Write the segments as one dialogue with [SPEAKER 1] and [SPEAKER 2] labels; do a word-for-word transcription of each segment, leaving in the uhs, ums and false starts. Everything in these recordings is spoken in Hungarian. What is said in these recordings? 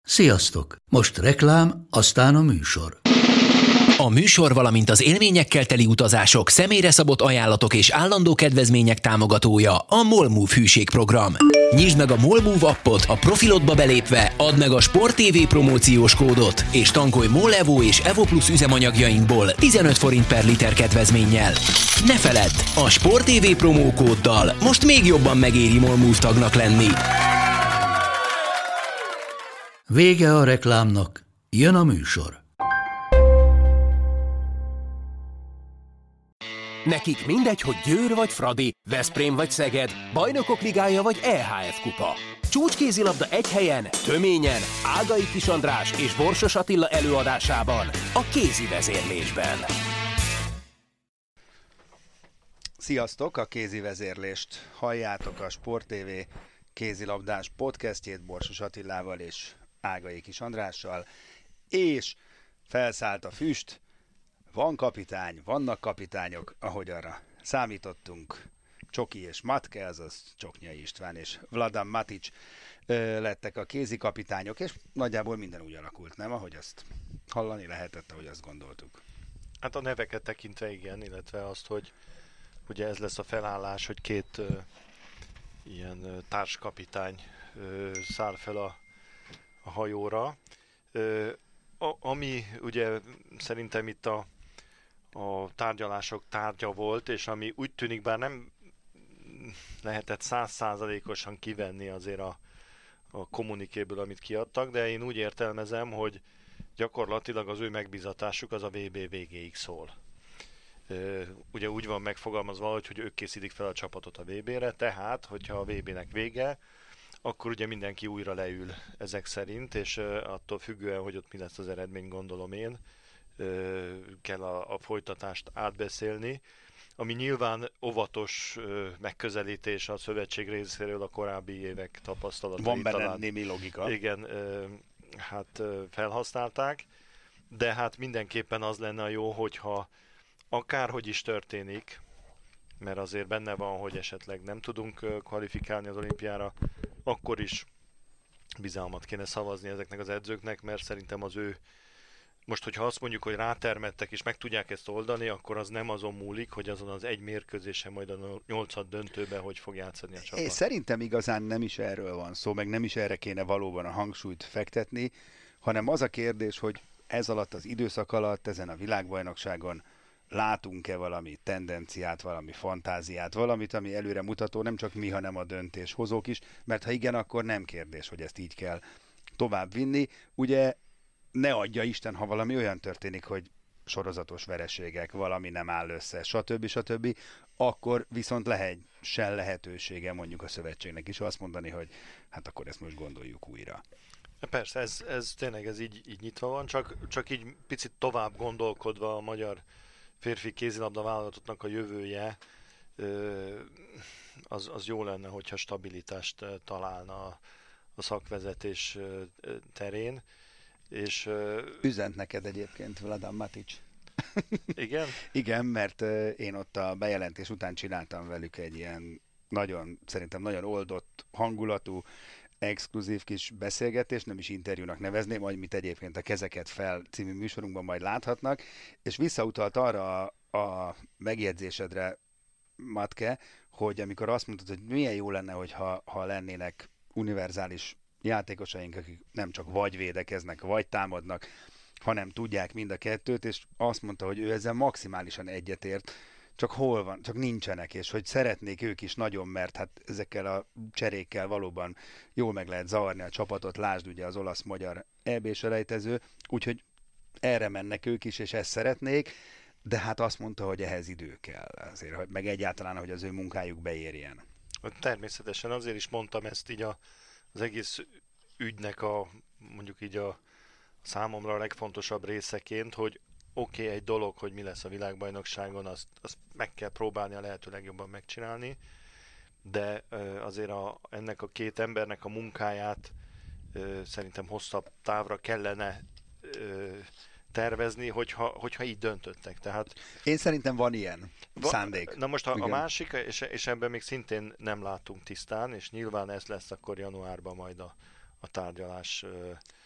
[SPEAKER 1] Sziasztok! Most reklám, aztán a műsor.
[SPEAKER 2] A műsor, valamint az élményekkel teli utazások, személyre szabott ajánlatok és állandó kedvezmények támogatója a MOLMOVE hűségprogram. Nyisd meg a MOLMOVE appot, a profilodba belépve add meg a Sport té vé promóciós kódot, és tankolj MOL Evo és Evo Plus üzemanyagjainkból tizenöt forint per liter kedvezménnyel. Ne feledd, a Sport té vé promókóddal most még jobban megéri MOLMOVE tagnak lenni.
[SPEAKER 1] Vége a reklámnak, jön a műsor.
[SPEAKER 3] Nekik mindegy, hogy Győr vagy Fradi, Veszprém vagy Szeged, Bajnokok Ligája vagy é há ef kupa. Csúcskézilabda egy helyen, töményen, Ágai Kis András és Borsos Attila előadásában, a kézi vezérlésben.
[SPEAKER 4] Sziasztok! A kézi vezérlést halljátok, a Sport té vé kézilabdás podcastjét Borsos Attilával és Ágai Kis Andrással, és felszállt a füst. Van kapitány, vannak kapitányok, ahogy arra számítottunk. Csoki és Matke, azaz Csoknyai István és Vladan Matic ö, lettek a kézi kapitányok, és nagyjából minden úgy alakult, nem? Ahogy azt hallani lehetett, ahogy azt gondoltuk.
[SPEAKER 5] Hát a neveket tekintve igen, illetve azt, hogy ugye ez lesz a felállás, hogy két ö, ilyen ö, társkapitány ö, száll fel a, a hajóra. Ö, a, ami ugye szerintem itt a a tárgyalások tárgya volt, és ami úgy tűnik, bár nem lehetett száz százalékosan kivenni azért a, a kommunikéből, amit kiadtak, de én úgy értelmezem, hogy gyakorlatilag az ő megbízatásuk az a vé bé végéig szól. Ugye úgy van megfogalmazva, hogy, hogy ők készítik fel a csapatot a vé bére, tehát, hogyha a vé bének vége, akkor ugye mindenki újra leül ezek szerint, és attól függően, hogy ott mi lesz az eredmény, gondolom én, kell a, a folytatást átbeszélni, ami nyilván óvatos ö, megközelítés a szövetség részéről a korábbi évek tapasztalatai.
[SPEAKER 4] Van benne
[SPEAKER 5] talán,
[SPEAKER 4] némi logika.
[SPEAKER 5] Igen, ö, hát ö, felhasználták, de hát mindenképpen az lenne a jó, hogyha akárhogy is történik, mert azért benne van, hogy esetleg nem tudunk ö, kvalifikálni az olimpiára, akkor is bizalmat kéne szavazni ezeknek az edzőknek, mert szerintem az ő most, hogyha azt mondjuk, hogy rátermettek és meg tudják ezt oldani, akkor az nem azon múlik, hogy azon az egy mérkőzésen majd a nyolcad döntőben hogy fog játszani a csapat.
[SPEAKER 4] Én szerintem igazán nem is erről van szó, meg nem is erre kéne valóban a hangsúlyt fektetni, hanem az a kérdés, hogy ez alatt az időszak alatt, ezen a világbajnokságon látunk-e valami tendenciát, valami fantáziát, valamit, ami előre mutató, nem csak mi, hanem a döntéshozók is, mert ha igen, akkor nem kérdés, hogy ezt így kell tovább vinni. Ugye ne adja Isten, ha valami olyan történik, hogy sorozatos vereségek, valami nem áll össze, stb. stb., akkor viszont lehet se lehetősége mondjuk a szövetségnek is azt mondani, hogy hát akkor ezt most gondoljuk újra.
[SPEAKER 5] Persze, ez, ez tényleg ez így, így nyitva van, csak, csak így picit tovább gondolkodva a magyar férfi kézilabda vállalatoknak a jövője, az, az jó lenne, hogyha stabilitást találna a, a szakvezetés terén. És, uh...
[SPEAKER 4] Üzent neked egyébként Vladan Matic.
[SPEAKER 5] Igen?
[SPEAKER 4] Igen, mert uh, én ott a bejelentés után csináltam velük egy ilyen nagyon, szerintem nagyon oldott hangulatú, exkluzív kis beszélgetést, nem is interjúnak nevezném, majd mit egyébként a Kezeket fel című műsorunkban majd láthatnak, és visszautalt arra a, a megjegyzésedre, Matke, hogy amikor azt mondtad, hogy milyen jó lenne, hogyha ha lennének univerzális játékosaink, akik nem csak vagy védekeznek, vagy támadnak, hanem tudják mind a kettőt, és azt mondta, hogy ő ezzel maximálisan egyetért, csak hol van, csak nincsenek, és hogy szeretnék ők is nagyon, mert hát ezekkel a cserékkel valóban jól meg lehet zavarni a csapatot, lásd ugye az olasz-magyar é bé-selejtező, úgyhogy erre mennek ők is, és ezt szeretnék, de hát azt mondta, hogy ehhez idő kell azért, hogy meg egyáltalán, hogy az ő munkájuk beérjen.
[SPEAKER 5] Természetesen azért is mondtam ezt így a az egész ügynek a, mondjuk így a számomra a legfontosabb részeként, hogy oké, okay, egy dolog, hogy mi lesz a világbajnokságon, azt, azt meg kell próbálni a lehető legjobban megcsinálni, de azért a, ennek a két embernek a munkáját szerintem hosszabb távra kellene tervezni, hogyha, hogyha így döntöttek. Tehát,
[SPEAKER 4] én szerintem van ilyen
[SPEAKER 5] va,
[SPEAKER 4] szándék.
[SPEAKER 5] Na most a, a másik, és, és ebben még szintén nem látunk tisztán, és nyilván ez lesz akkor januárban majd a, a tárgyalás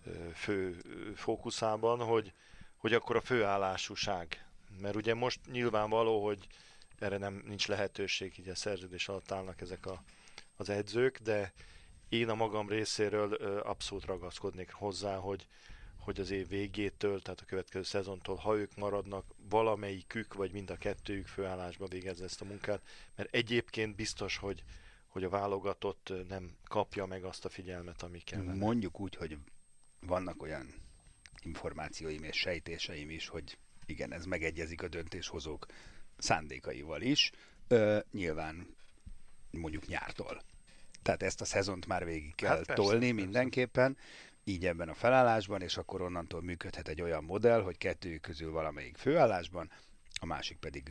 [SPEAKER 5] fő fókuszában, hogy, hogy akkor a főállásúság. Mert ugye most nyilvánvaló, hogy erre nem nincs lehetőség, így a szerződés alatt állnak ezek a, az edzők, de én a magam részéről abszolút ragaszkodnék hozzá, hogy, hogy az év végétől, tehát a következő szezontól, ha ők maradnak, valamelyikük, vagy mind a kettőjük főállásba végezze ezt a munkát, mert egyébként biztos, hogy, hogy a válogatott nem kapja meg azt a figyelmet, ami kellene.
[SPEAKER 4] Mondjuk úgy, hogy vannak olyan információim és sejtéseim is, hogy igen, ez megegyezik a döntéshozók szándékaival is, Ö, nyilván mondjuk nyártól. Tehát ezt a szezont már végig kell
[SPEAKER 5] hát persze,
[SPEAKER 4] tolni
[SPEAKER 5] persze.
[SPEAKER 4] mindenképpen, így ebben a felállásban, és akkor onnantól működhet egy olyan modell, hogy kettőjük közül valamelyik főállásban, a másik pedig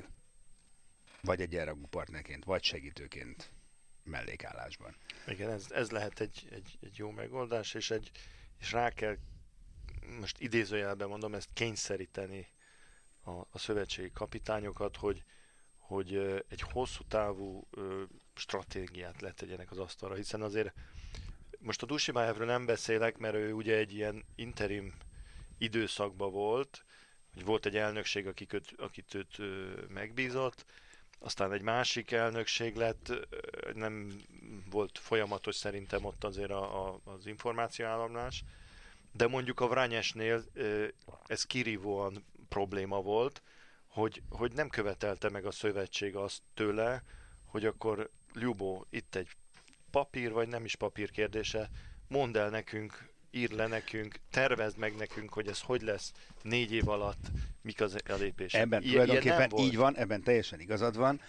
[SPEAKER 4] vagy egyenrangú partnerként, vagy segítőként mellékállásban.
[SPEAKER 5] Igen, ez, ez lehet egy, egy, egy jó megoldás, és, egy, és rá kell, most idézőjelben mondom, ezt kényszeríteni a, a szövetségi kapitányokat, hogy, hogy egy hosszú távú ö, stratégiát letegyenek az asztalra, hiszen azért most a Dushibayevről nem beszélek, mert ő ugye egy ilyen interim időszakban volt, hogy volt egy elnökség, akik őt, akit őt ö, megbízott, aztán egy másik elnökség lett, ö, nem volt folyamatos szerintem ott azért a, a, az információállamlás, de mondjuk a Vranyesnél ö, ez kirívóan probléma volt, hogy, hogy nem követelte meg a szövetség azt tőle, hogy akkor Lyubo, itt egy papír, vagy nem is papír kérdése, mondd el nekünk, írd le nekünk, tervezd meg nekünk, hogy ez hogy lesz négy év alatt, mik az a lépések.
[SPEAKER 4] Ebben
[SPEAKER 5] I-
[SPEAKER 4] tulajdonképpen így van, ebben teljesen igazad van,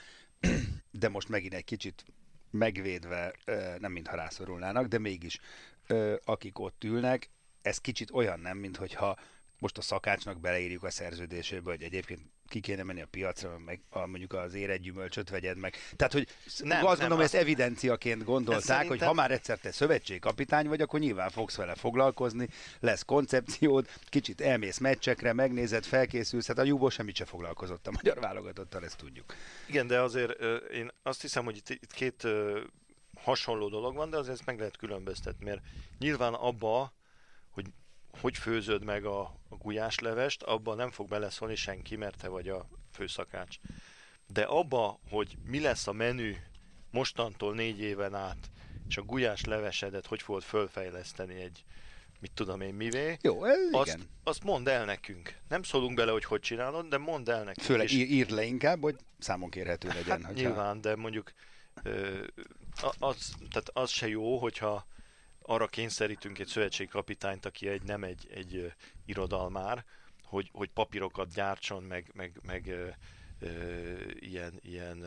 [SPEAKER 4] de most megint egy kicsit megvédve, nem mintha rászorulnának, de mégis akik ott ülnek, ez kicsit olyan nem, mintha most a szakácsnak beleírjuk a szerződésébe, hogy egyébként ki kéne menni a piacra, meg a, mondjuk az érett gyümölcsöt vegyed meg. Tehát, hogy nem, azt gondolom, hogy ezt evidenciaként gondolták, szerintem... hogy ha már egyszer te szövetségkapitány vagy, akkor nyilván fogsz vele foglalkozni, lesz koncepciód, kicsit elmész meccsekre, megnézed, felkészülsz, hát a Lyubo semmit se foglalkozott a magyar válogatottal, ezt tudjuk.
[SPEAKER 5] Igen, de azért én azt hiszem, hogy itt, itt két hasonló dolog van, de azért ezt meg lehet különböztetni, mert nyilván abba, hogy hogy főzöd meg a, a gulyáslevest, abban nem fog beleszólni senki, mert te vagy a főszakács. De abba, hogy mi lesz a menü mostantól négy éven át, és a gulyáslevesedet hogy fogod fölfejleszteni egy, mit tudom én mivé,
[SPEAKER 4] jó, ez
[SPEAKER 5] azt,
[SPEAKER 4] igen.
[SPEAKER 5] azt mondd el nekünk. Nem szólunk bele, hogy hogy csinálod, de mondd el nekünk.
[SPEAKER 4] Főleg ír, írd le inkább, hogy számon kérhető legyen.
[SPEAKER 5] Hát
[SPEAKER 4] hogyha...
[SPEAKER 5] nyilván, de mondjuk ö, az, tehát az se jó, hogyha arra kényszerítünk egy szövetségkapitányt, aki egy, nem egy, egy uh, irodalmár, hogy, hogy papírokat gyártson, meg, meg, meg uh, uh, ilyen, ilyen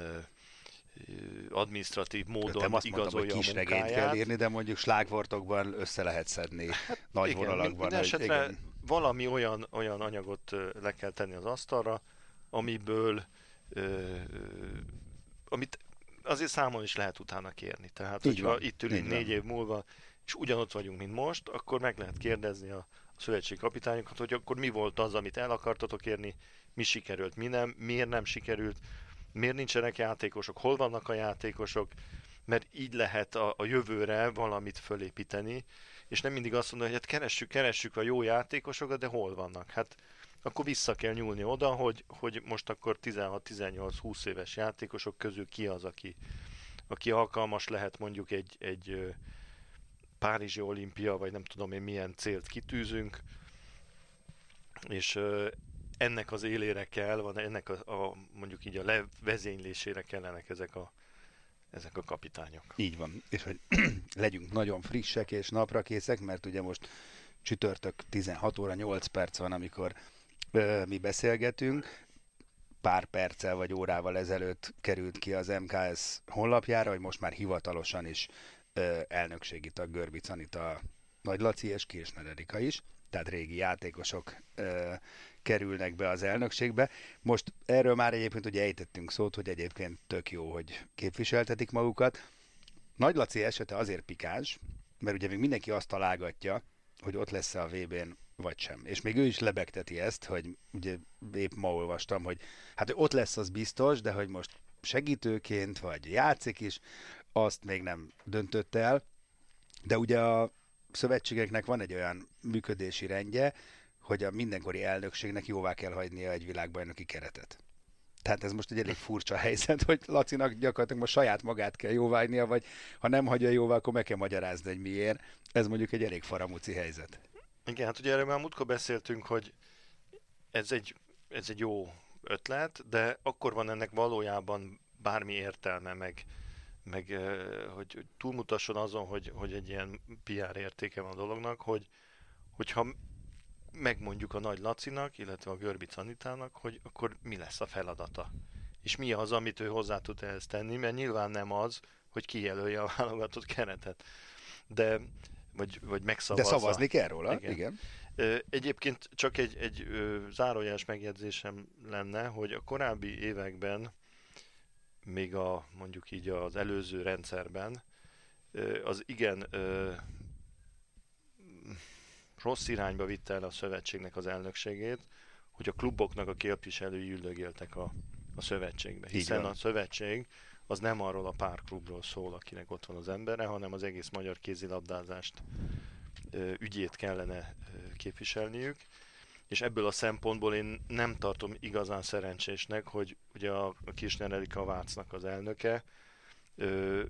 [SPEAKER 5] uh, adminisztratív módon
[SPEAKER 4] nem azt
[SPEAKER 5] igazolja
[SPEAKER 4] mondtam, hogy kis
[SPEAKER 5] a
[SPEAKER 4] regényt
[SPEAKER 5] munkáját.
[SPEAKER 4] kell írni, de mondjuk slágvortokban össze lehet szedni hát, nagy
[SPEAKER 5] igen,
[SPEAKER 4] vonalakban.
[SPEAKER 5] Minden esetre
[SPEAKER 4] igen.
[SPEAKER 5] valami olyan, olyan anyagot uh, le kell tenni az asztalra, amiből uh, amit azért számon is lehet utána kérni. Tehát,
[SPEAKER 4] így
[SPEAKER 5] hogyha
[SPEAKER 4] van,
[SPEAKER 5] itt ülünk négy év múlva, és ugyanott vagyunk, mint most, akkor meg lehet kérdezni a, a szövetségkapitányokat, hogy akkor mi volt az, amit el akartatok érni, mi sikerült, mi nem, miért nem sikerült, miért nincsenek játékosok, hol vannak a játékosok, mert így lehet a, a jövőre valamit fölépíteni, és nem mindig azt mondani, hogy hát keressük, keressük a jó játékosokat, de hol vannak? Hát akkor vissza kell nyúlni oda, hogy, hogy most akkor tizenhat tizennyolc húsz éves játékosok közül ki az, aki, aki alkalmas lehet mondjuk egy, egy Párizsi olimpia, vagy nem tudom én milyen célt kitűzünk, és ennek az élére kell, van ennek a, a mondjuk így a levezénylésére kellenek ezek a, ezek a kapitányok.
[SPEAKER 4] Így van, és hogy legyünk nagyon frissek és naprakészek, mert ugye most csütörtök tizenhat óra nyolc perc van, amikor ö, mi beszélgetünk. Pár perccel vagy órával ezelőtt került ki az em ká es honlapjára, hogy most már hivatalosan is ö, elnökségi tag Görbic Anita, Nagy Laci és Kirchner Erika is, tehát régi játékosok ö, kerülnek be az elnökségbe. Most erről már egyébként ugye ejtettünk szót, hogy egyébként tök jó, hogy képviseltetik magukat. Nagy Laci esete azért pikáns, mert ugye még mindenki azt találgatja, hogy ott lesz-e a vé bén vagy sem. És még ő is lebegteti ezt, hogy ugye épp ma olvastam, hogy hát ott lesz az biztos, de hogy most segítőként vagy játszik is, azt még nem döntött el. De ugye a szövetségeknek van egy olyan működési rendje, hogy a mindenkori elnökségnek jóvá kell hagynia egy világbajnoki keretet. Tehát ez most egy elég furcsa helyzet, hogy Lacinak gyakorlatilag most saját magát kell jóváhagynia, vagy ha nem hagyja jóvá, akkor meg kell magyarázni, hogy miért. Ez mondjuk egy elég faramúci helyzet.
[SPEAKER 5] Igen, hát ugye erről már múltkor beszéltünk, hogy ez egy, ez egy jó ötlet, de akkor van ennek valójában bármi értelme, meg, meg hogy, hogy túlmutasson azon, hogy, hogy egy ilyen pé er értéke van a dolognak, hogy, hogyha megmondjuk a Nagy Lacinak, illetve a Görbic Anitának, hogy akkor mi lesz a feladata. És mi az, amit ő hozzá tud ehhez tenni, mert nyilván nem az, hogy kijelölje a válogatott keretet. De, vagy, vagy megszavazza.
[SPEAKER 4] De szavazni kell róla, igen. igen.
[SPEAKER 5] Egyébként csak egy, egy zárójeles megjegyzésem lenne, hogy a korábbi években, még a, mondjuk így az előző rendszerben, az igen rossz irányba vitte el a szövetségnek az elnökségét, hogy a kluboknak a képviselői üldögéltek a, a szövetségbe. Hiszen a szövetség az nem arról a pár klubról szól, akinek ott van az embere, hanem az egész magyar kézilabdázást ö, ügyét kellene ö, képviselniük. És ebből a szempontból én nem tartom igazán szerencsésnek, hogy ugye a, a Kirchner Erika Vácnak az elnöke, ö,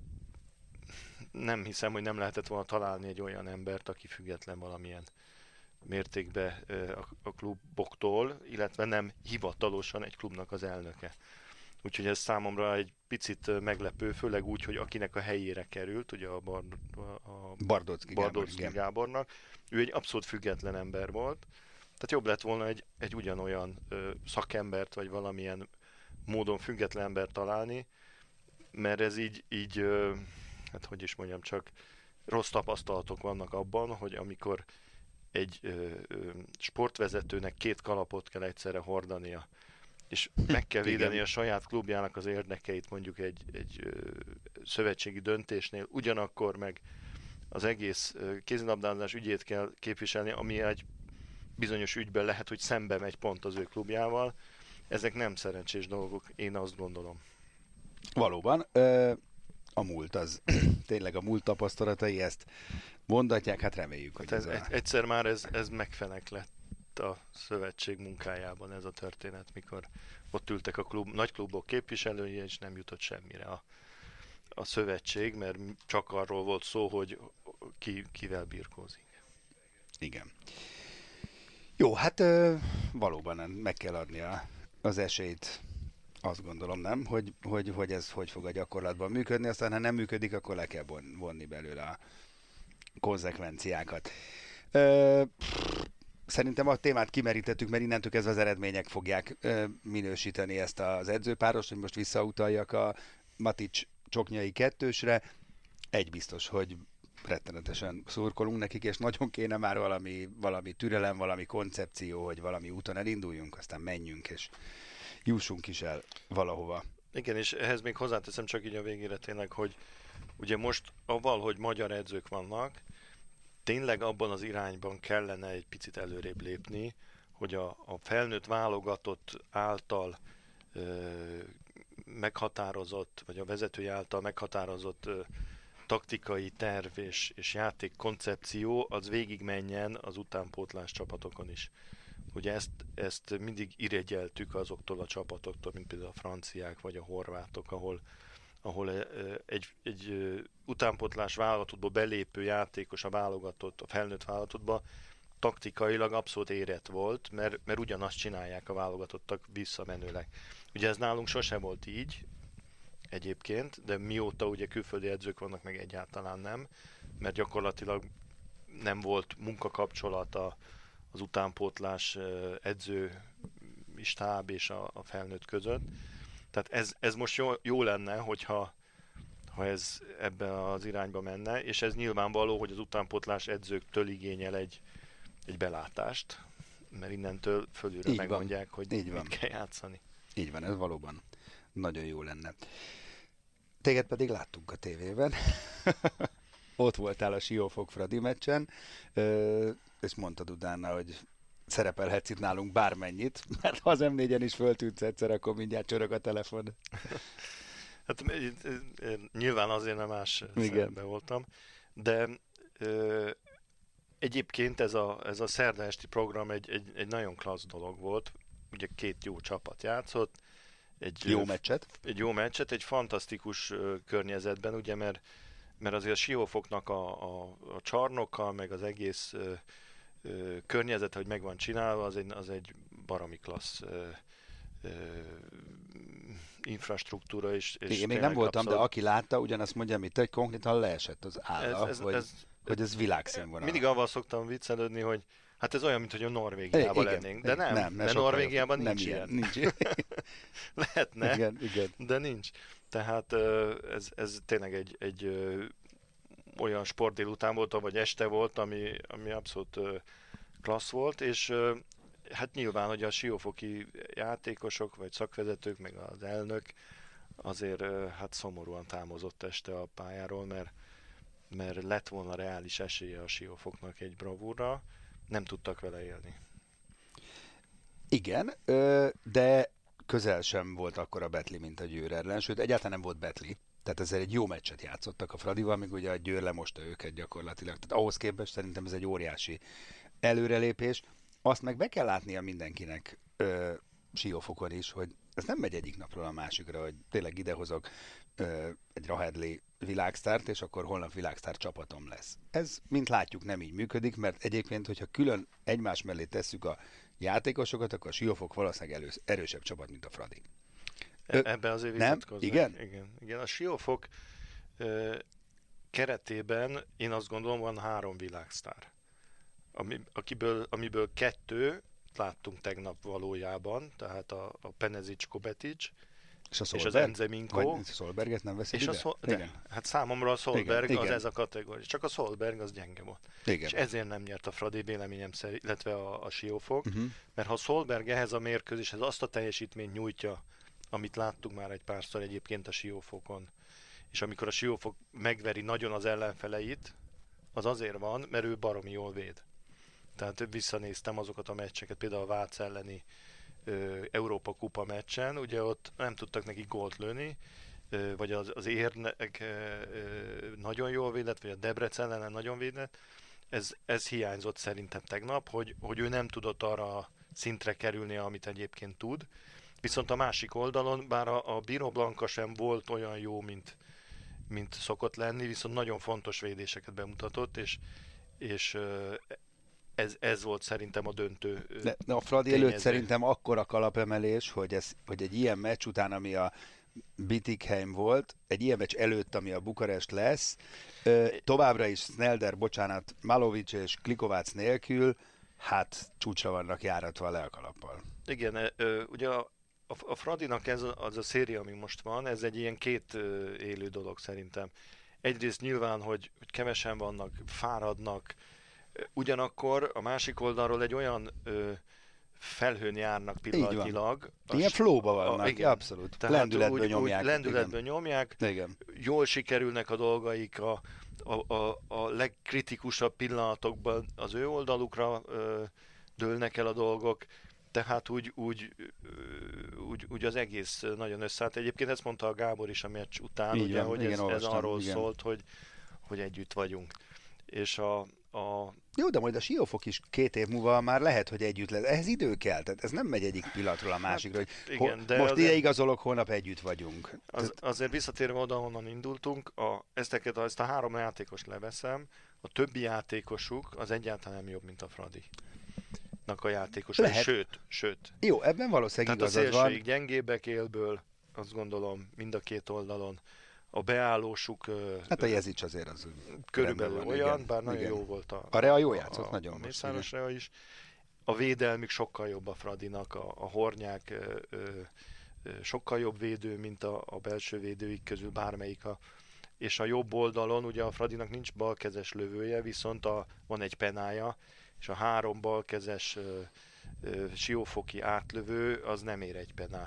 [SPEAKER 5] nem hiszem, hogy nem lehetett volna találni egy olyan embert, aki független valamilyen mértékben a, a kluboktól, illetve nem hivatalosan egy klubnak az elnöke. Úgyhogy ez számomra egy picit meglepő, főleg úgy, hogy akinek a helyére került, ugye a, Bard, a
[SPEAKER 4] Bardocki Gábor,
[SPEAKER 5] Gábornak, ő egy abszolút független ember volt. Tehát jobb lett volna egy, egy ugyanolyan ö, szakembert, vagy valamilyen módon független embert találni, mert ez így, így ö, hát hogy is mondjam, csak rossz tapasztalatok vannak abban, hogy amikor egy ö, ö, sportvezetőnek két kalapot kell egyszerre hordania, és meg kell védeni a saját klubjának az érdekeit mondjuk egy, egy ö, szövetségi döntésnél, ugyanakkor meg az egész ö, kézilabdázás ügyét kell képviselni, ami egy bizonyos ügyben lehet, hogy szembe megy pont az ő klubjával. Ezek nem szerencsés dolgok, én azt gondolom.
[SPEAKER 4] Valóban. Ö- A múlt az, tényleg a múlt tapasztalatai ezt mondatják, hát reméljük, hogy
[SPEAKER 5] hát ez,
[SPEAKER 4] ez
[SPEAKER 5] a... Egyszer már ez, ez megfenek lett a szövetség munkájában ez a történet, mikor ott ültek a klub, nagy klubok képviselői, és nem jutott semmire a, a szövetség, mert csak arról volt szó, hogy ki, kivel birkózik.
[SPEAKER 4] Igen. Jó, hát ö, valóban meg kell adni a, az esélyt. Azt gondolom, nem, hogy, hogy, hogy ez hogy fog a gyakorlatban működni, aztán ha nem működik, akkor le kell vonni belőle a konzekvenciákat. Ö, szerintem a témát kimerítettük, mert innentől kezdve az eredmények fogják ö, minősíteni ezt az edzőpárost, hogy most visszautaljak a Matic Csoknyai kettősre. Egy biztos, hogy rettenetesen szurkolunk nekik, és nagyon kéne már valami, valami türelem, valami koncepció, hogy valami úton elinduljunk, aztán menjünk, és jussunk is el valahova.
[SPEAKER 5] Igen, és ehhez még hozzáteszem csak így a végére tényleg, hogy ugye most avval, hogy magyar edzők vannak, tényleg abban az irányban kellene egy picit előrébb lépni, hogy a, a felnőtt válogatott által ö, meghatározott, vagy a vezetői által meghatározott ö, taktikai terv és, és játék koncepció az végigmenjen az utánpótlás csapatokon is. Ugye ezt, ezt mindig irigyeltük azoktól a csapatoktól, mint például a franciák vagy a horvátok, ahol, ahol egy, egy utánpótlás válogatottból belépő játékos a válogatott, a felnőtt válogatottba taktikailag abszolút érett volt, mert, mert ugyanazt csinálják a válogatottak visszamenőleg. Ugye ez nálunk sose volt így egyébként, de mióta ugye külföldi edzők vannak, meg egyáltalán nem, mert gyakorlatilag nem volt munkakapcsolata az utánpótlás edző stáb és a, a felnőtt között. Tehát ez, ez most jó, jó lenne, hogyha ha ez ebbe az irányba menne, és ez nyilvánvaló, hogy az utánpótlás edzőktől igényel egy, egy belátást, mert innentől fölülre
[SPEAKER 4] így
[SPEAKER 5] megmondják,
[SPEAKER 4] van.
[SPEAKER 5] hogy
[SPEAKER 4] így
[SPEAKER 5] mit
[SPEAKER 4] van.
[SPEAKER 5] kell játszani.
[SPEAKER 4] Így van, ez valóban nagyon jó lenne. Téged pedig láttunk a tévében. Ott voltál a Siófok Fradi meccsen, és mondtad utána, hogy szerepelhetsz itt nálunk bármennyit, mert ha az em négyen is föltűnsz egyszer, akkor mindjárt csörög a telefon.
[SPEAKER 5] Hát nyilván azért nem más szerepben voltam, de ö, egyébként ez a, ez a szerda esti program egy, egy, egy nagyon klassz dolog volt. Ugye két jó csapat játszott. Egy
[SPEAKER 4] jó meccset.
[SPEAKER 5] Egy jó meccset, egy fantasztikus uh, környezetben, ugye, mert, mert azért a Siófoknak a, a, a csarnokkal, meg az egész uh, uh, környezet, hogy meg van csinálva, az egy, az egy baromi klassz uh, uh, infrastruktúra. És, és
[SPEAKER 4] én még nem voltam,
[SPEAKER 5] abszolút...
[SPEAKER 4] de aki látta, ugyanazt mondja, amit te, hogy konkrétan leesett az álla, ez, ez, hogy, ez, hogy ez világszínvonal.
[SPEAKER 5] Mindig avval szoktam viccelődni, hogy hát ez olyan, mint hogy a Norvégiában
[SPEAKER 4] igen,
[SPEAKER 5] lennénk, de nem,
[SPEAKER 4] nem, nem
[SPEAKER 5] de Norvégiában
[SPEAKER 4] nem
[SPEAKER 5] nincs ilyen.
[SPEAKER 4] Nincs ilyen.
[SPEAKER 5] Lehetne,
[SPEAKER 4] igen, igen.
[SPEAKER 5] de nincs. Tehát ez, ez tényleg egy, egy olyan sport délután volt, vagy este volt, ami, ami abszolút klassz volt, és hát nyilván, hogy a siófoki játékosok, vagy szakvezetők, meg az elnök azért hát szomorúan támozott este a pályáról, mert, mert lett volna reális esélye a Siófoknak egy bravúrra, nem tudtak vele élni.
[SPEAKER 4] Igen, de közel sem volt akkor a betli, mint a Győr ellen, sőt egyáltalán nem volt betli. Tehát ezzel egy jó meccset játszottak a Fradival, míg ugye a Győr lemosta őket gyakorlatilag. Tehát ahhoz képest szerintem ez egy óriási előrelépés. Azt meg be kell látnia mindenkinek ö, Siófokon is, hogy ez nem megy egyik napról a másikra, hogy tényleg idehozok ö, egy Rahedli világsztárt, és akkor holnap világsztár csapatom lesz. Ez, mint látjuk, nem így működik, mert egyébként, hogyha külön egymás mellé tesszük a játékosokat, akkor a Siófok valószínűleg elősz, erősebb csapat, mint a Fradi.
[SPEAKER 5] Ebben azért vitatkoznak.
[SPEAKER 4] Igen?
[SPEAKER 5] Igen? Igen. A Siófok ö, keretében én azt gondolom, van három világsztár. Ami, akiből, amiből kettő láttunk tegnap valójában, tehát a, a Penezic Kobetics
[SPEAKER 4] és, a
[SPEAKER 5] és az Enzeminko.
[SPEAKER 4] Vagy a Solberget nem veszi
[SPEAKER 5] és
[SPEAKER 4] ide?
[SPEAKER 5] a Szol- de, hát számomra a Solberg igen, az igen. Ez a kategória. Csak a Solberg az gyenge volt.
[SPEAKER 4] Igen.
[SPEAKER 5] És ezért nem nyert a Fradi véleményem szerint, illetve a, a Siófok,
[SPEAKER 4] uh-huh.
[SPEAKER 5] mert ha a Solberg ehhez a mérkőzéshez azt a teljesítményt nyújtja, amit láttuk már egy párszor egyébként a Siófokon, és amikor a Siófok megveri nagyon az ellenfeleit, az azért van, mert ő baromi jól véd. Tehát visszanéztem azokat a meccseket, például a Vác elleni ö, Európa Kupa meccsen, ugye ott nem tudtak neki gólt lőni, ö, vagy az, az érnek ö, ö, nagyon jól védett, vagy a Debrecen ellen nagyon védett. Ez, ez hiányzott szerintem tegnap, hogy, hogy ő nem tudott arra a szintre kerülni, amit egyébként tud. Viszont a másik oldalon, bár a, a Biro Blanca sem volt olyan jó, mint, mint szokott lenni, viszont nagyon fontos védéseket bemutatott, és, és ez, ez volt szerintem a döntő
[SPEAKER 4] de, de a Fradi tényező. Előtt szerintem akkora kalapemelés, hogy, ez, hogy egy ilyen meccs után, ami a Bietigheim volt, egy ilyen meccs előtt, ami a Bukarest lesz, továbbra is Snelder, bocsánat, Malovic és Klikovác nélkül, hát csúcsra vannak járatva le a kalappal.
[SPEAKER 5] Igen, ugye a, a Fradinak ez a, az a széria, ami most van, ez egy ilyen két élő dolog szerintem. Egyrészt nyilván, hogy, hogy kevesen vannak, fáradnak, ugyanakkor a másik oldalról egy olyan ö, felhőn járnak pillanatnyilag.
[SPEAKER 4] Ilyen flowba vannak, a, igen, abszolút.
[SPEAKER 5] Tehát
[SPEAKER 4] lendületből
[SPEAKER 5] úgy,
[SPEAKER 4] nyomják.
[SPEAKER 5] Úgy lendületből igen. nyomják,
[SPEAKER 4] igen.
[SPEAKER 5] Jól sikerülnek a dolgaik, a, a, a, a legkritikusabb pillanatokban az ő oldalukra ö, dőlnek el a dolgok, tehát úgy, úgy, úgy, úgy az egész nagyon összeállt. Egyébként ezt mondta a Gábor is a meccs után, ugye, van, hogy igen, ez, olvastam, ez arról igen. szólt, hogy, hogy együtt vagyunk. És a, a...
[SPEAKER 4] Jó, de majd a Siófok is két év múlva már lehet, hogy együtt lesz. Ehhez idő kell, tehát ez nem megy egyik pillanatról a másikra, hát, hogy igen, ho- de most ide igazolok, holnap együtt vagyunk.
[SPEAKER 5] Az, azért visszatérve oda, honnan indultunk, a, ezteket, ezt a három játékost leveszem, a többi játékosuk az egyáltalán nem jobb, mint a Fradi. A játékosok, sőt, sőt.
[SPEAKER 4] Jó, ebben valószínűleg igazad van.
[SPEAKER 5] Tehát a szélség gyengébbek élből, azt gondolom, mind a két oldalon. A beállósuk...
[SPEAKER 4] Hát a Jezics azért az
[SPEAKER 5] körülbelül
[SPEAKER 4] van,
[SPEAKER 5] olyan,
[SPEAKER 4] igen,
[SPEAKER 5] bár nagyon
[SPEAKER 4] igen.
[SPEAKER 5] jó volt a...
[SPEAKER 4] A Rea jó játszott,
[SPEAKER 5] a,
[SPEAKER 4] nagyon
[SPEAKER 5] a
[SPEAKER 4] most.
[SPEAKER 5] Mészáros Rea is. A védelmük sokkal jobb a Fradinak, a, a Hornyák ö, ö, sokkal jobb védő, mint a, a belső védőik közül bármelyik. A, és a jobb oldalon, ugye a Fradinak nincs balkezes lövője, viszont a, van egy penája, és a három balkezes ö, ö, siófoki átlövő, az nem ér egy penát.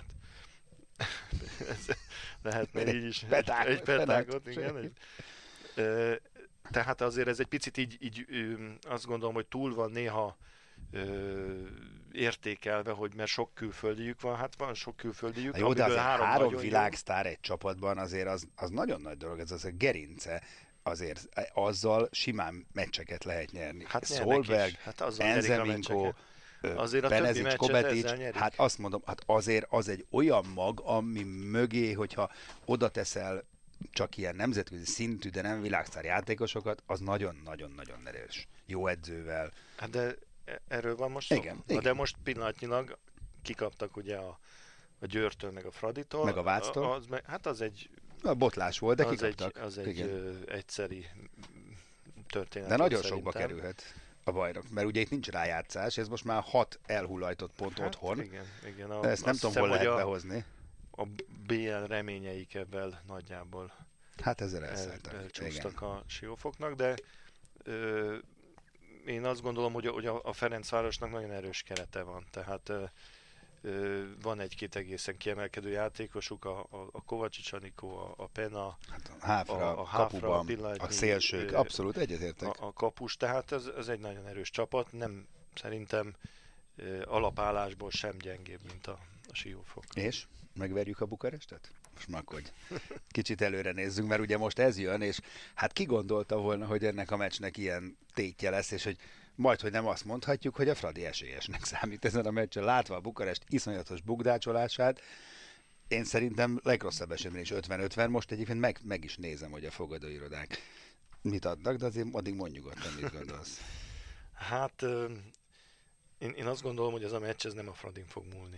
[SPEAKER 5] Lehetne így is
[SPEAKER 4] Peták,
[SPEAKER 5] egy petágot, igen. Egy, ö, tehát azért ez egy picit így, így ö, azt gondolom, hogy túl van néha ö, értékelve, hogy mert sok külföldiük van, hát van sok külföldiük.
[SPEAKER 4] Jó, de azért három, három világsztár egy csapatban azért az, az nagyon nagy dolog, ez az a gerince azért azzal simán meccseket lehet nyerni.
[SPEAKER 5] Hát
[SPEAKER 4] Szolberg,
[SPEAKER 5] hát
[SPEAKER 4] Enzeminko, Benezic, Kobetic, hát azt mondom, hát azért az egy olyan mag, ami mögé, hogyha oda teszel csak ilyen nemzetközi szintű, de nem világsztár játékosokat, az nagyon-nagyon-nagyon erős. Jó edzővel.
[SPEAKER 5] Hát de erről van most szó?
[SPEAKER 4] Igen,
[SPEAKER 5] Na
[SPEAKER 4] igen.
[SPEAKER 5] de most pillanatnyilag kikaptak ugye a, a Győrtől, meg a Fraditól.
[SPEAKER 4] Meg a Váctól.
[SPEAKER 5] Az, hát az egy...
[SPEAKER 4] A botlás volt, de
[SPEAKER 5] az
[SPEAKER 4] kikaptak.
[SPEAKER 5] Egy, az egy ö, egyszeri történet.
[SPEAKER 4] De nagyon
[SPEAKER 5] szerintem.
[SPEAKER 4] sokba kerülhet a bajnok, mert ugye itt nincs rájátszás, ez most már hat elhullajtott pont hát, otthon.
[SPEAKER 5] Igen, igen. A,
[SPEAKER 4] ezt nem tudom, hol lehet a, behozni.
[SPEAKER 5] A bé el reményeik ebben nagyjából
[SPEAKER 4] hát ezzel elszálltak.
[SPEAKER 5] El, elcsúsztak a siófoknak, de ö, én azt gondolom, hogy, hogy a, a Ferencvárosnak nagyon erős kerete van, tehát ö, ö, van egy-két egészen kiemelkedő játékosuk, a, a, a Kovácsics Anikó, a, a Pena,
[SPEAKER 4] hát a Háfra,
[SPEAKER 5] a, a,
[SPEAKER 4] kapuban,
[SPEAKER 5] Háfra,
[SPEAKER 4] a szélsők, ö, abszolút egyetértek.
[SPEAKER 5] A, a kapus, tehát ez, ez egy nagyon erős csapat, nem szerintem ö, alapállásból sem gyengébb, mint a, a siófok.
[SPEAKER 4] És? Megverjük a Bukarestet? Most már hogy kicsit előre nézzünk, mert ugye most ez jön, és hát ki gondolta volna, hogy ennek a meccsnek ilyen tétje lesz, és hogy majd, hogy nem azt mondhatjuk, hogy a Fradi esélyesnek számít ezen a meccsen, látva a Bukarest iszonyatos bukdácsolását. Én szerintem legrosszabb esetben is ötven-ötven, most egyébként meg, meg is nézem, hogy a fogadóirodák mit adnak, de azért addig mondj nyugodtan, mit gondolsz.
[SPEAKER 5] Hát én, én azt gondolom, hogy ez a meccs ez nem a Fradin fog múlni.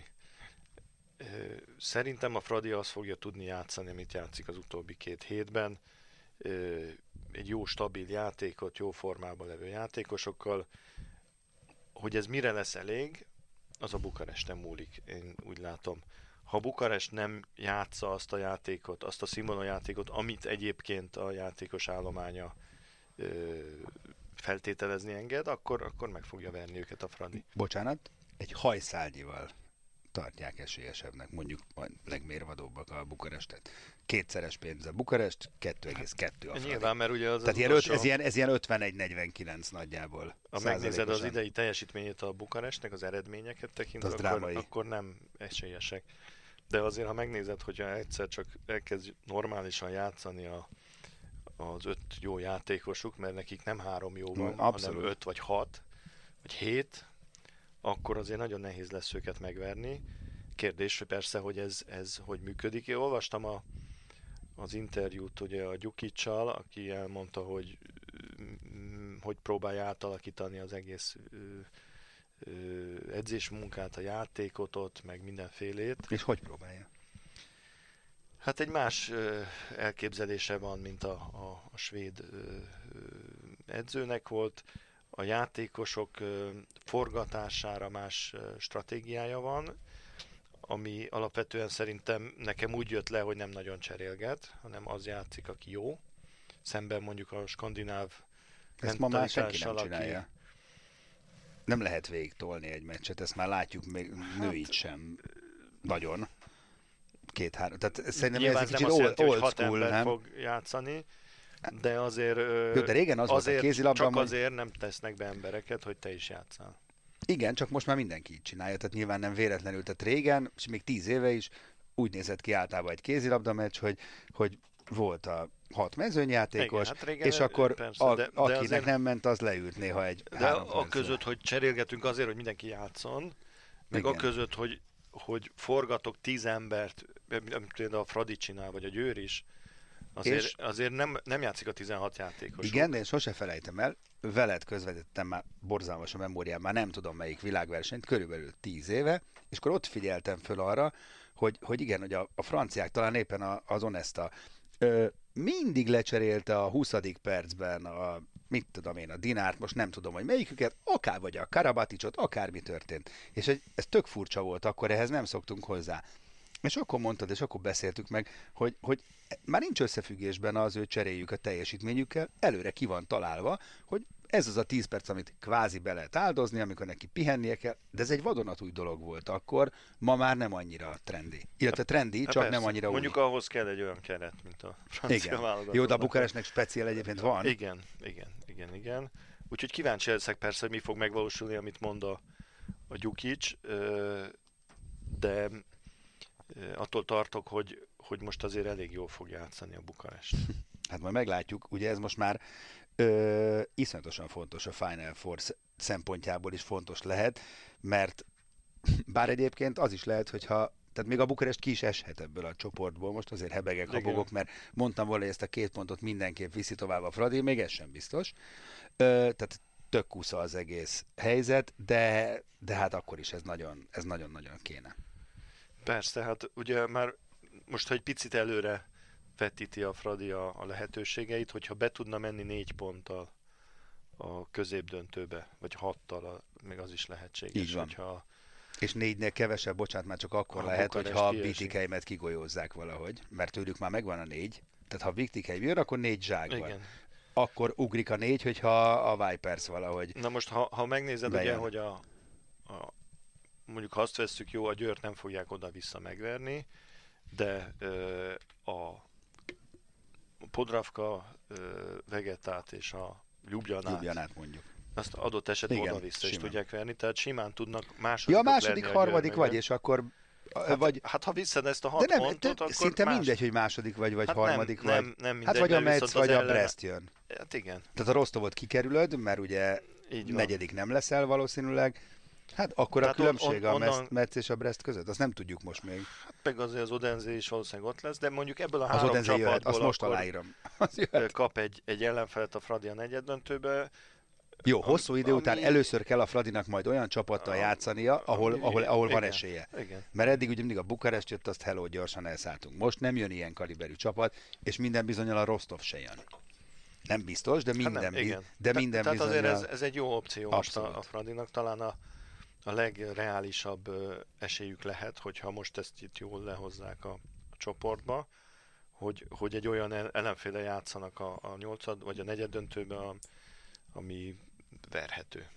[SPEAKER 5] Szerintem a Fradi azt fogja tudni játszani, amit játszik az utóbbi két hétben. Egy jó, stabil játékot, jó formában levő játékosokkal. Hogy ez mire lesz elég, az a Bukaresten múlik, én úgy látom. Ha Bukarest nem játsza azt a játékot, azt a színvonalú játékot, amit egyébként a játékos állománya feltételezni enged, akkor, akkor meg fogja verni őket a Fradi.
[SPEAKER 4] Bocsánat, egy hajszálnyival tartják esélyesebbnek, mondjuk a legmérvadóbbak a Bukarestet. Kétszeres pénz a Bukarest, kettő egész kettő a Fradi.
[SPEAKER 5] Nyilván, mert ugye az
[SPEAKER 4] Tehát
[SPEAKER 5] az
[SPEAKER 4] ilyen
[SPEAKER 5] utolsó...
[SPEAKER 4] öt, ez, ilyen, ez ilyen ötvenegy negyvenkilenc nagyjából.
[SPEAKER 5] Ha megnézed az idei teljesítményét a Bukarestnek, az eredményeket tekintve, akkor, akkor nem esélyesek. De azért, ha megnézed, hogyha egyszer csak elkezd normálisan játszani a, az öt jó játékosuk, mert nekik nem három jó van, abszolút, hanem öt vagy hat, vagy hét, akkor azért nagyon nehéz lesz őket megverni. Kérdés, hogy persze, hogy ez, ez hogy működik. Én olvastam a, az interjút ugye a Gyukicsal, aki elmondta, hogy hogy próbálja átalakítani az egész edzésmunkát, a játékot ott, meg mindenfélét.
[SPEAKER 4] És hogy próbálja?
[SPEAKER 5] Hát egy más ö, elképzelése van, mint a, a, a svéd ö, ö, edzőnek volt. A játékosok ö, forgatására más ö, stratégiája van, ami alapvetően szerintem nekem úgy jött le, hogy nem nagyon cserélget, hanem az játszik, aki jó. Szemben mondjuk a skandináv
[SPEAKER 4] ezt ma már senki nem csinálja. Aki... Nem lehet végig tolni egy meccset, ezt már látjuk, még hát... nőit sem nagyon. Két-három. Tehát szerintem ez egy kicsit old, old school, nem?
[SPEAKER 5] Fog játszani, de azért,
[SPEAKER 4] jó, de régen az
[SPEAKER 5] azért
[SPEAKER 4] volt a kézilabban,
[SPEAKER 5] csak azért nem tesznek be embereket, hogy te is játszál.
[SPEAKER 4] Igen, csak most már mindenki így csinálja, tehát nyilván nem véletlenül. Tehát régen, és még tíz éve is úgy nézett ki általában egy kézilabda meccs, hogy, hogy volt a hat mezőnyjátékos, igen, hát régen, és akkor persze, a, de, akinek de azért, nem ment, az leült néha egy
[SPEAKER 5] de a között, hogy cserélgetünk azért, hogy mindenki játszon, meg igen. a között, hogy, hogy forgatok tíz embert, mint a Fradi csinál, vagy a Győr is, azért, azért nem, nem játszik a tizenhat játékos.
[SPEAKER 4] Igen, de én sose felejtem el, veled közvetítettem már borzalmas a memóriám, már nem tudom melyik világversenyt, körülbelül tíz éve, és akkor ott figyeltem föl arra, hogy, hogy igen, hogy a, a franciák, talán éppen a, az Onesta, ö, mindig lecserélte a huszadik percben a, mit tudom én, a Dinárt, most nem tudom, hogy melyiküket, akár vagy a Karabaticsot, akármi történt. És egy, ez tök furcsa volt, akkor ehhez nem szoktunk hozzá. És akkor mondtad, és akkor beszéltük meg, hogy, hogy már nincs összefüggésben az ő cseréljük a teljesítményükkel, előre ki van találva, hogy ez az a tíz perc, amit kvázi be lehet áldozni, amikor neki pihennie kell, de ez egy vadonatúj dolog volt akkor, ma már nem annyira trendi. Illetve trendi, hát csak persze, nem annyira
[SPEAKER 5] mondjuk
[SPEAKER 4] új.
[SPEAKER 5] Ahhoz kell egy olyan keret, mint a francia válogatott.
[SPEAKER 4] Jó, de a Bukarestnek speciál egyébként van.
[SPEAKER 5] Igen, igen, igen, igen. Úgyhogy kíváncsi leszek persze, hogy mi fog megvalósulni, amit mond a, a Gyukics, de attól tartok, hogy, hogy most azért elég jól fog játszani a Bukarest.
[SPEAKER 4] Hát majd meglátjuk, ugye ez most már ö, iszonyatosan fontos a Final Four szempontjából is fontos lehet, mert bár egyébként az is lehet, hogyha tehát még a Bukarest ki is eshet ebből a csoportból, most azért hebegek, habogok, mert mondtam volna, hogy ezt a két pontot mindenképp viszi tovább a Fradi, még ez sem biztos. Ö, tehát tök kusza az egész helyzet, de, de hát akkor is ez nagyon, ez nagyon-nagyon kéne.
[SPEAKER 5] Persze, hát ugye már most, ha egy picit előre vetíti a Fradi a, a lehetőségeit, hogyha be tudna menni négy ponttal a középdöntőbe, vagy hattal, a, még az is lehetséges.
[SPEAKER 4] Így van.
[SPEAKER 5] Hogyha
[SPEAKER 4] És négynél kevesebb, bocsánat, már csak akkor
[SPEAKER 5] a
[SPEAKER 4] lehet,
[SPEAKER 5] Bukarest
[SPEAKER 4] hogyha a
[SPEAKER 5] kiesik.
[SPEAKER 4] Vitikeimet kigolyózzák valahogy, mert tőlük már megvan a négy, tehát ha Vitikeim jön, akkor négy zsák van.
[SPEAKER 5] igen.
[SPEAKER 4] Akkor ugrik a négy, hogyha a Vipers valahogy.
[SPEAKER 5] Na most, ha, ha megnézed,
[SPEAKER 4] bejön.
[SPEAKER 5] ugye, hogy a, a mondjuk ha azt vesszük, jó, a Győrt nem fogják oda-vissza megverni, de ö, a Podravka, ö, Vegetát és a Ljubljanát,
[SPEAKER 4] Ljubljanát mondjuk.
[SPEAKER 5] azt adott esetben
[SPEAKER 4] Igen,
[SPEAKER 5] oda-vissza is
[SPEAKER 4] simán.
[SPEAKER 5] tudják verni, tehát simán tudnak
[SPEAKER 4] Ja,
[SPEAKER 5] másodikok
[SPEAKER 4] második,
[SPEAKER 5] lenni a
[SPEAKER 4] harmadik
[SPEAKER 5] Győrnek.
[SPEAKER 4] vagy, és akkor...
[SPEAKER 5] Hát,
[SPEAKER 4] vagy,
[SPEAKER 5] hát ha visszed ezt a hat
[SPEAKER 4] de nem,
[SPEAKER 5] pontot,
[SPEAKER 4] te,
[SPEAKER 5] akkor
[SPEAKER 4] szinte
[SPEAKER 5] más...
[SPEAKER 4] mindegy, hogy második vagy, vagy
[SPEAKER 5] hát
[SPEAKER 4] harmadik
[SPEAKER 5] nem,
[SPEAKER 4] vagy.
[SPEAKER 5] Nem, nem mindegy,
[SPEAKER 4] Hát vagy a
[SPEAKER 5] mert
[SPEAKER 4] Metsz,
[SPEAKER 5] viszont
[SPEAKER 4] vagy
[SPEAKER 5] az
[SPEAKER 4] a
[SPEAKER 5] ellen-
[SPEAKER 4] Brest jön.
[SPEAKER 5] Hát igen.
[SPEAKER 4] Tehát a Rostovot kikerülöd, mert ugye
[SPEAKER 5] Így van.
[SPEAKER 4] negyedik nem leszel valószínűleg. Hát akkor
[SPEAKER 5] Tehát
[SPEAKER 4] a különbség
[SPEAKER 5] on- on-
[SPEAKER 4] a Metsz,
[SPEAKER 5] onnan-
[SPEAKER 4] Metsz és a Brest között, azt nem tudjuk most még.
[SPEAKER 5] Meg azért az Odense is valószínűleg ott lesz, de mondjuk ebből a
[SPEAKER 4] Az
[SPEAKER 5] három
[SPEAKER 4] Odense jöhet,
[SPEAKER 5] csapatból
[SPEAKER 4] azt most
[SPEAKER 5] akkor
[SPEAKER 4] aláírom. Az
[SPEAKER 5] ö,
[SPEAKER 4] jöhet.
[SPEAKER 5] kap egy, egy ellenfelet a Fradi a negyeddöntőbe.
[SPEAKER 4] Jó, hosszú idő
[SPEAKER 5] ami-
[SPEAKER 4] után először kell a Fradinak majd olyan csapattal
[SPEAKER 5] Ami-
[SPEAKER 4] játszania, ahol,
[SPEAKER 5] ami-
[SPEAKER 4] ahol, ahol van
[SPEAKER 5] igen,
[SPEAKER 4] esélye.
[SPEAKER 5] Igen.
[SPEAKER 4] Mert eddig ugye mindig a Bukarest jött, azt hello, gyorsan elszálltunk. Most nem jön ilyen kaliberű csapat, és minden bizonnyal a Rostov se jön. Nem biztos, de minden,
[SPEAKER 5] Hát nem,
[SPEAKER 4] bi-
[SPEAKER 5] igen.
[SPEAKER 4] de
[SPEAKER 5] Te-
[SPEAKER 4] minden
[SPEAKER 5] Tehát azért
[SPEAKER 4] bizonnyal...
[SPEAKER 5] ez, ez egy jó opció most
[SPEAKER 4] Abszolút.
[SPEAKER 5] a, a Fradinak. Talán a, a legreálisabb ö, esélyük lehet, hogyha most ezt itt jól lehozzák a, a csoportba, hogy, hogy egy olyan el- ellenféle játszanak a, a nyolcad vagy a negyed döntőbe, a, ami verhető.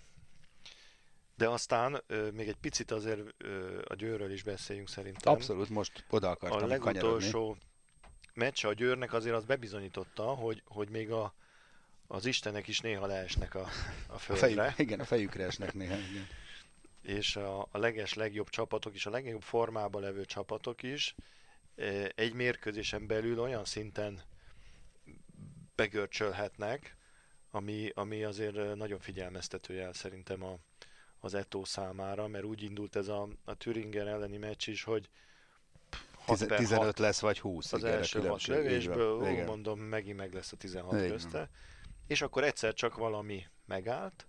[SPEAKER 5] De aztán ö, még egy picit azért ö, a Győrről is beszéljünk szerintem.
[SPEAKER 4] Abszolút, most oda
[SPEAKER 5] A
[SPEAKER 4] akartam kanyarodni.
[SPEAKER 5] legutolsó meccs a Győrnek azért az bebizonyította, hogy, hogy még a, az istenek is néha leesnek a, a
[SPEAKER 4] A
[SPEAKER 5] földre,
[SPEAKER 4] fejük, igen, a fejükre esnek néha. Igen.
[SPEAKER 5] és a, a leges legjobb csapatok is, a legjobb formában levő csapatok is eh, egy mérkőzésen belül olyan szinten begörcsölhetnek, ami, ami azért eh, nagyon figyelmeztető jel szerintem a, az Eto számára, mert úgy indult ez a, a Thüringer elleni meccs is, hogy hat
[SPEAKER 4] Tize-
[SPEAKER 5] per
[SPEAKER 4] tizenöt
[SPEAKER 5] hat
[SPEAKER 4] lesz, vagy húsz.
[SPEAKER 5] az
[SPEAKER 4] igen, a
[SPEAKER 5] első hat
[SPEAKER 4] különbség, így van.
[SPEAKER 5] lövésből, ó,
[SPEAKER 4] Igen.
[SPEAKER 5] mondom, megint meg lesz a tizenhat
[SPEAKER 4] Így
[SPEAKER 5] közte.
[SPEAKER 4] van.
[SPEAKER 5] És akkor egyszer csak valami megállt,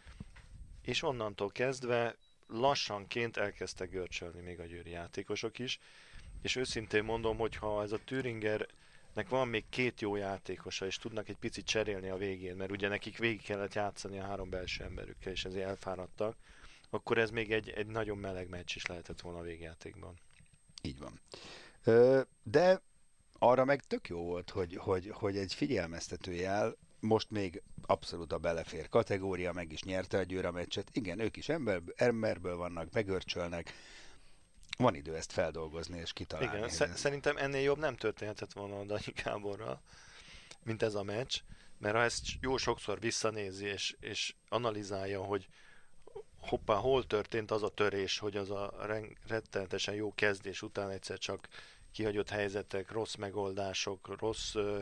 [SPEAKER 5] és onnantól kezdve lassanként elkezdtek görcsölni még a győri játékosok is, és őszintén mondom, hogy ha ez a Thüringernek van még két jó játékosa, és tudnak egy picit cserélni a végén, mert ugye nekik végig kellett játszani a három belső emberükkel, és ezért elfáradtak, akkor ez még egy, egy nagyon meleg meccs is lehetett volna a végjátékban.
[SPEAKER 4] Így van. Ö, de arra meg tök jó volt, hogy, hogy, hogy egy figyelmeztető jel, most még abszolút a belefér kategória, meg is nyerte a Győr a meccset. Igen, ők is ember, emberből vannak, begörcsölnek. Van idő ezt feldolgozni és kitalálni.
[SPEAKER 5] Igen,
[SPEAKER 4] hogy
[SPEAKER 5] sze-
[SPEAKER 4] ez-
[SPEAKER 5] szerintem ennél jobb nem történhetett volna a Danyi Gáborral, mint ez a meccs, mert ha ezt jó sokszor visszanézi és, és analizálja, hogy hoppá, hol történt az a törés, hogy az a ren- rettenetesen jó kezdés után egyszer csak kihagyott helyzetek, rossz megoldások, rossz ö,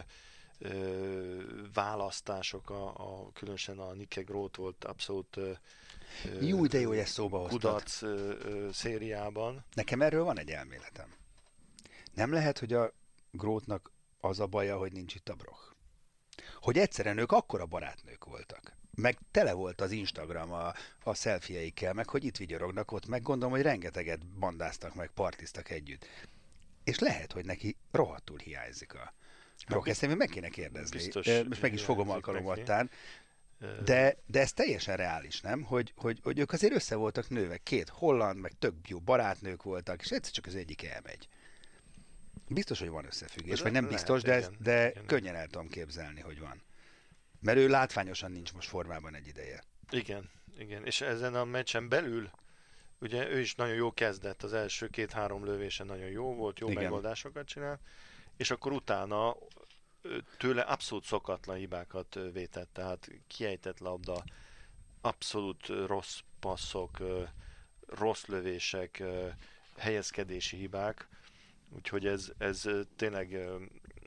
[SPEAKER 5] ö, választások, a, a, különösen a Nike Groth volt abszolút ö, ö,
[SPEAKER 4] Jó, de jó, hogy ezt szóba hoztad.
[SPEAKER 5] kudarc ö, ö, szériában.
[SPEAKER 4] Nekem erről van egy elméletem. Nem lehet, hogy a Grótnak az a baja, hogy nincs itt a Broch. Hogy egyszerűen ők akkora barátnők voltak. Meg tele volt az Instagram a, a selfieikkel, meg hogy itt vigyorognak ott, meg gondolom, hogy rengeteget bandáztak, meg partiztak együtt. És lehet, hogy neki rohadtul hiányzik a Broch. Ezt én meg kéne kérdezni.
[SPEAKER 5] Biztos
[SPEAKER 4] Eh, Most meg is fogom
[SPEAKER 5] hiányzik
[SPEAKER 4] alkalomattán.
[SPEAKER 5] Ö,
[SPEAKER 4] De, de ez teljesen reális, nem? Hogy, hogy, hogy ők azért össze voltak nőve. Két holland, meg tök jó barátnők voltak, és egyszer csak az egyik elmegy. Biztos, hogy van összefüggés,
[SPEAKER 5] De
[SPEAKER 4] vagy nem
[SPEAKER 5] lehet,
[SPEAKER 4] biztos, de,
[SPEAKER 5] igen,
[SPEAKER 4] de
[SPEAKER 5] igen.
[SPEAKER 4] könnyen el tudom képzelni, hogy van. Mert ő látványosan nincs most formában egy ideje.
[SPEAKER 5] Igen, igen, és ezen a meccsen belül, ugye ő is nagyon jó kezdett, az első két-három lövésen nagyon jó volt, jó
[SPEAKER 4] Igen.
[SPEAKER 5] megoldásokat csinált, és akkor utána ö, tőle abszolút szokatlan hibákat ö, vétett, tehát kiejtett labda, abszolút ö, rossz passzok, ö, rossz lövések, ö, helyezkedési hibák, úgyhogy ez, ez ö, tényleg ö,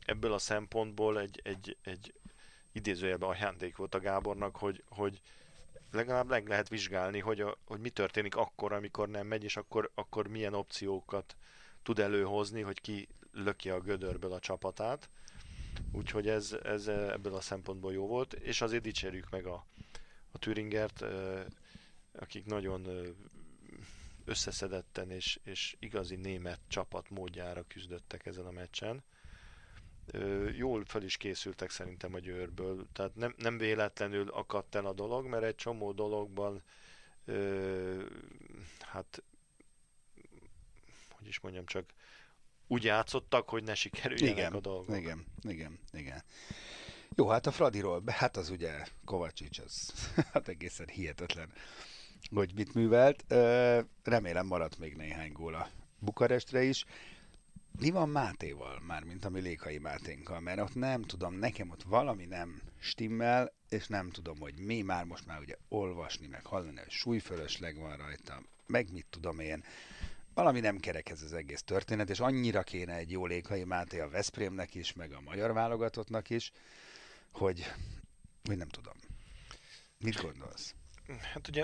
[SPEAKER 5] ebből a szempontból egy, egy, egy idézőjelben ajándék volt a Gábornak, hogy, hogy legalább meg lehet vizsgálni, hogy, a, hogy mi történik akkor, amikor nem megy, és akkor, akkor milyen opciókat tud előhozni, hogy ki löki a gödörből a csapatát. Úgyhogy ez, ez ebből a szempontból jó volt, és azért dicsérjük meg a, a Thüringert, akik nagyon összeszedetten és, és igazi német csapat módjára küzdöttek ezen a meccsen. Jól fel is készültek szerintem a Győrből, tehát nem, nem véletlenül akadt el a dolog, mert egy csomó dologban ö, hát hogy is mondjam, csak úgy játszottak, hogy ne sikerüljenek
[SPEAKER 4] igen,
[SPEAKER 5] a dolgok.
[SPEAKER 4] Igen, igen, igen. Jó, hát a Fradiról, hát az ugye Kovácsics, az hát egészen hihetetlen, hogy mit művelt. Remélem maradt még néhány gól a Bukarestre is. Mi van Mátéval, mármint a mi Lékai Máténkkal, mert ott nem tudom, nekem ott valami nem stimmel, és nem tudom, hogy mi már most már ugye olvasni, meg hallani, hogy súlyfölösleg van rajta, meg mit tudom én. Valami nem kerek ez az egész történet, és annyira kéne egy jó Lékai Máté a Veszprémnek is, meg a magyar válogatottnak is, hogy, hogy nem tudom. Mit gondolsz?
[SPEAKER 5] Hát ugye,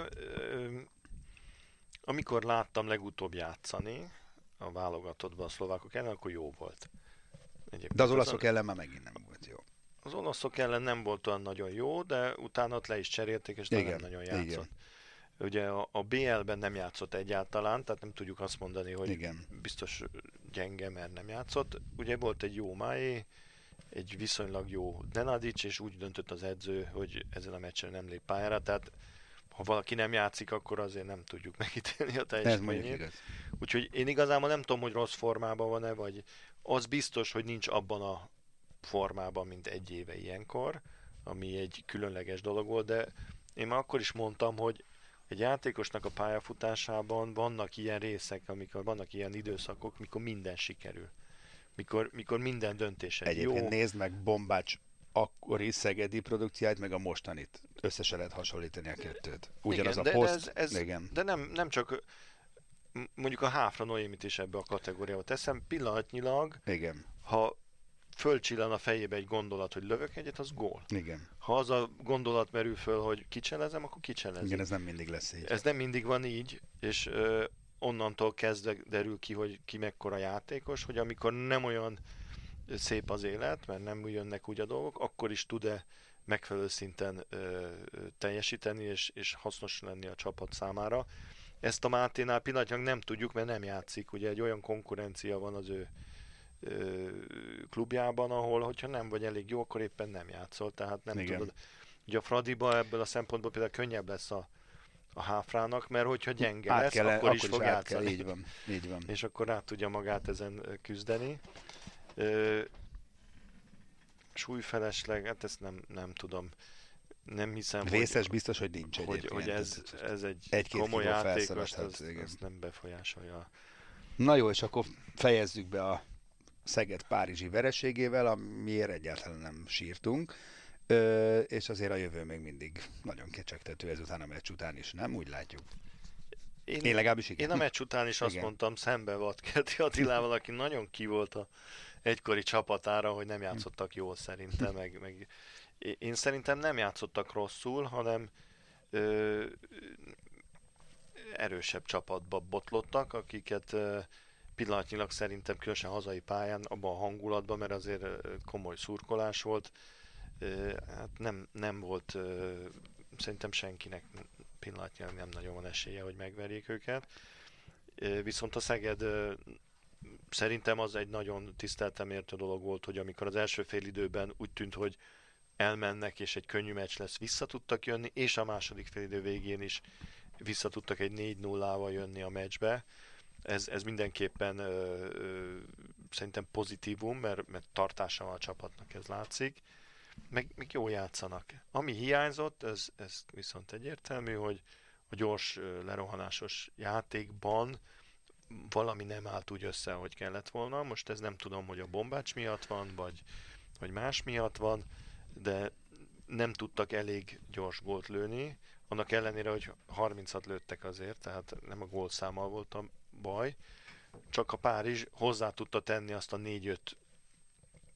[SPEAKER 5] amikor láttam legutóbb játszani a válogatottban a szlovákok ellen, akkor jó volt. Egyébként
[SPEAKER 4] de az olaszok
[SPEAKER 5] az,
[SPEAKER 4] ellen már megint nem volt jó.
[SPEAKER 5] Az olaszok ellen nem volt olyan nagyon jó, de utána ott le is cserélték, és nem nagyon játszott. Igen. Ugye a, a bé el-ben nem játszott egyáltalán, tehát nem tudjuk azt mondani, hogy igen. Biztos gyenge, mert nem játszott. Ugye volt egy jó Máé, egy viszonylag jó Nenadic, és úgy döntött az edző, hogy ezen a meccsen nem lép pályára, tehát ha valaki nem játszik, akkor azért nem tudjuk megítélni a teljesítményét. Úgyhogy én igazából nem tudom, hogy rossz formában van-e, vagy az biztos, hogy nincs abban a formában, mint egy éve ilyenkor, ami egy különleges dolog volt, de én már akkor is mondtam, hogy egy játékosnak a pályafutásában vannak ilyen részek, amikor vannak ilyen időszakok, mikor minden sikerül. Mikor, mikor minden döntése
[SPEAKER 4] Egyébként
[SPEAKER 5] jó.
[SPEAKER 4] Nézd meg Bombács akkori szegedi produkciáit, meg a mostanit. Összesen lehet hasonlítani a kettőt. Ugyanaz
[SPEAKER 5] igen,
[SPEAKER 4] a
[SPEAKER 5] de,
[SPEAKER 4] poszt.
[SPEAKER 5] Ez, ez,
[SPEAKER 4] igen.
[SPEAKER 5] de nem, nem csak mondjuk a Háfra Noémit is ebbe a kategóriába teszem, pillanatnyilag,
[SPEAKER 4] igen.
[SPEAKER 5] ha fölcsillan a fejébe egy gondolat, hogy lövök egyet, az gól.
[SPEAKER 4] Igen.
[SPEAKER 5] Ha az a gondolat merül föl, hogy kicselezem, akkor kicselezem.
[SPEAKER 4] Igen, ez nem mindig lesz így.
[SPEAKER 5] Ez nem mindig van így, és ö, onnantól kezdve derül ki, hogy ki mekkora játékos, hogy amikor nem olyan szép az élet, mert nem jönnek úgy a dolgok, akkor is tud-e megfelelő szinten ö, teljesíteni, és, és hasznos lenni a csapat számára. Ezt a Máténál pillanatnyilag nem tudjuk, mert nem játszik. Ugye egy olyan konkurencia van az ő ö, klubjában, ahol, hogyha nem vagy elég jó, akkor éppen nem játszol. Tehát nem igen. tudod. Ugye a Fradiba ebből a szempontból például könnyebb lesz a, a Háfrának, mert hogyha gyenge át lesz, kell, akkor, akkor is fog játszani.
[SPEAKER 4] Kell, így van, így van.
[SPEAKER 5] És akkor rá tudja magát ezen küzdeni. Ö, súlyfelesleg, hát ezt nem, nem tudom. Nem hiszem,
[SPEAKER 4] Vészes
[SPEAKER 5] hogy,
[SPEAKER 4] biztos, hogy nincs
[SPEAKER 5] hogy,
[SPEAKER 4] egyébként.
[SPEAKER 5] hogy ez, ez egy,
[SPEAKER 4] egy
[SPEAKER 5] komoly játékos, az, az nem befolyásolja.
[SPEAKER 4] Na jó, és akkor fejezzük be a Szeged-Párizsi vereségével, amiért egyáltalán nem sírtunk. Ö, és azért a jövő még mindig nagyon kecsegtető ezután a meccs után is, nem? Úgy látjuk. Én, én legalábbis igen.
[SPEAKER 5] Én a meccs után is azt igen. mondtam szembe Vatkerti Attilával, aki nagyon ki volt a egykori csapatára, hogy nem játszottak jól szerintem, meg, meg én szerintem nem játszottak rosszul, hanem ö, erősebb csapatba botlottak, akiket ö, pillanatnyilag szerintem különösen hazai pályán, abban a hangulatban, mert azért komoly szurkolás volt, ö, hát nem, nem volt ö, szerintem senkinek pillanatnyilag nem nagyon van esélye, hogy megverjék őket. Ö, viszont a Szeged ö, szerintem az egy nagyon tiszteltem értő dolog volt, hogy amikor az első fél időben úgy tűnt, hogy elmennek, és egy könnyű meccs lesz, vissza tudtak jönni, és a második félidő végén is vissza tudtak egy négy nullával jönni a meccsbe. Ez, ez mindenképpen ö, ö, szerintem pozitívum, mert, mert tartása van a csapatnak, ez látszik. Meg, meg jól játszanak. Ami hiányzott, ez, ez viszont egyértelmű, hogy a gyors, lerohanásos játékban valami nem állt úgy össze, ahogy kellett volna. Most ez nem tudom, hogy a Bombács miatt van, vagy, vagy más miatt van, de nem tudtak elég gyors gólt lőni, annak ellenére, hogy harmincat lőttek azért, tehát nem a gólszámmal volt a baj, csak a Párizs hozzá tudta tenni azt a négy-öt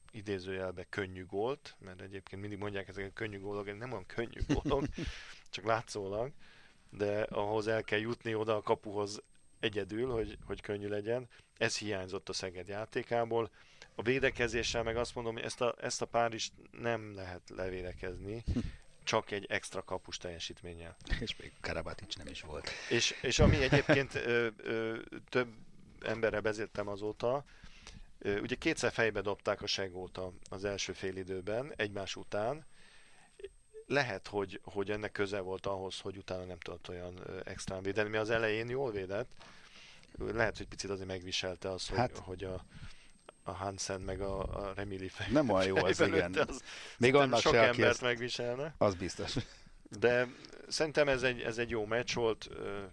[SPEAKER 5] idézőjelben könnyű gólt, mert egyébként mindig mondják ezeket könnyű gólok, nem olyan könnyű gólok, csak látszólag, de ahhoz el kell jutni oda a kapuhoz egyedül, hogy, hogy könnyű legyen. Ez hiányzott a Szeged játékából. A védekezéssel meg azt mondom, hogy ezt a, ezt a Párizst nem lehet levédekezni, csak egy extra kapus teljesítménnyel.
[SPEAKER 4] És még Karabatic nem is volt.
[SPEAKER 5] És, és ami egyébként ö, ö, több emberrel beszéltem azóta, ö, ugye kétszer fejbe dobták a Segót az első fél időben, egymás után. Lehet, hogy, hogy ennek köze volt ahhoz, hogy utána nem tudott olyan ö, extrán védeni. Mi az elején jól védett. Lehet, hogy picit azért megviselte az, hogy, hát, hogy a a Hansen meg a, a Remili fej.
[SPEAKER 4] Nem olyan jó az, igen.
[SPEAKER 5] Az,
[SPEAKER 4] még annak
[SPEAKER 5] sok
[SPEAKER 4] se,
[SPEAKER 5] embert
[SPEAKER 4] ezt...
[SPEAKER 5] megviselne.
[SPEAKER 4] Az biztos.
[SPEAKER 5] De szerintem ez egy, ez egy jó meccs volt.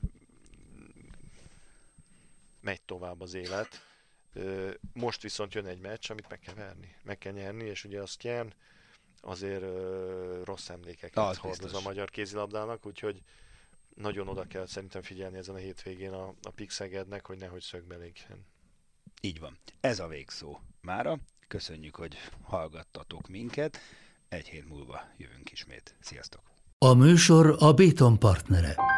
[SPEAKER 5] Megy tovább az élet. Most viszont jön egy meccs, amit meg kell verni. Meg kell nyerni, és ugye a Skjern azért rossz emlékeket az hordoz biztos. A magyar kézilabdának, úgyhogy nagyon oda kell szerintem figyelni ezen a hétvégén a, a Pik Szegednek, hogy nehogy szögbe légjen.
[SPEAKER 4] Így van. Ez a végszó mára. Köszönjük, hogy hallgattatok minket. Egy hét múlva jövünk ismét. Sziasztok!
[SPEAKER 1] A műsor a Béton partnere.